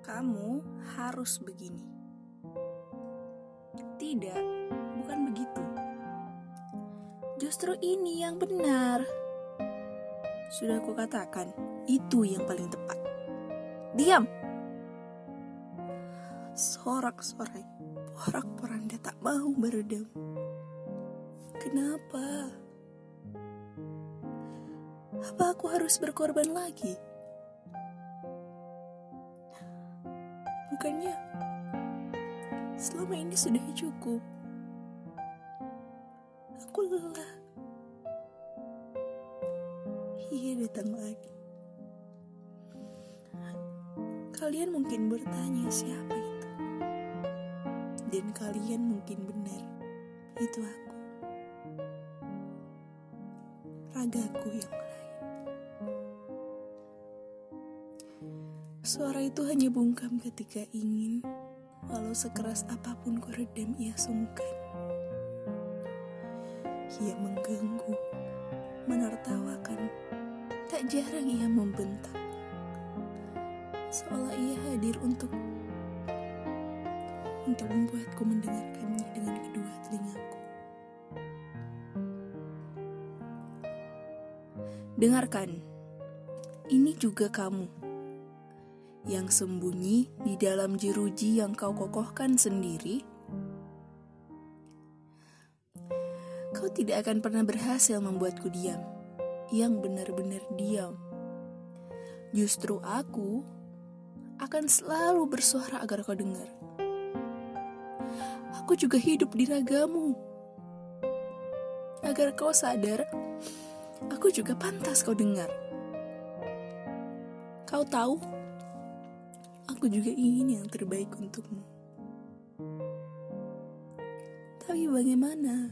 kamu harus begini. Tidak, bukan begitu. Justru ini yang benar. Sudah aku katakan, itu yang paling tepat. Diam! Sorak-sorai, porak-poranda tak mau meredam. Kenapa? Apa aku harus berkorban lagi? Bukannya selama ini sudah cukup. Aku lelah. Ia datang lagi. Kalian mungkin bertanya siapa itu. Dan kalian mungkin benar. Itu aku. Ragaku yang lain. Suara itu hanya bungkam ketika ingin, walau sekeras apapun ku redam ia sungkan. Ia mengganggu, menertawakan, tak jarang ia membentak. Seolah ia hadir untuk membuatku mendengarkannya dengan kedua telingaku. Dengarkan, ini juga kamu yang sembunyi di dalam jeruji yang kau kokohkan sendiri. Kau tidak akan pernah berhasil membuatku diam, yang benar-benar diam. Justru aku akan selalu bersuara agar kau dengar. Aku juga hidup di ragamu, agar kau sadar, aku juga pantas kau dengar. Kau tahu, aku juga ingin yang terbaik untukmu. Tapi bagaimana?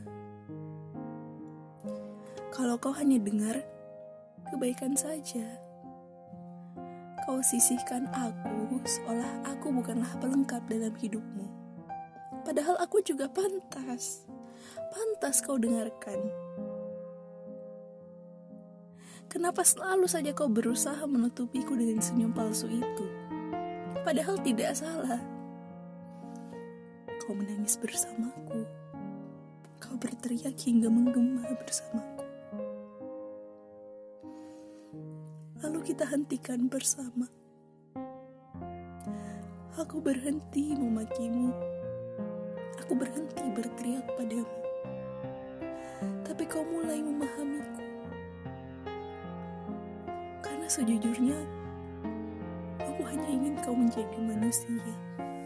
Kalau kau hanya dengar, kebaikan saja. Kau sisihkan aku seolah aku bukanlah pelengkap dalam hidupmu. Padahal aku juga pantas. Pantas kau dengarkan. Kenapa selalu saja kau berusaha menutupiku dengan senyum palsu itu? Padahal tidak salah. Kau menangis bersamaku. Kau berteriak hingga menggema bersamaku. Lalu kita hentikan bersama. Aku berhenti memakimu. Aku berhenti berteriak padamu. Tapi kau mulai memahamiku. Karena sejujurnya, aku hanya ingin kau menjadi manusia.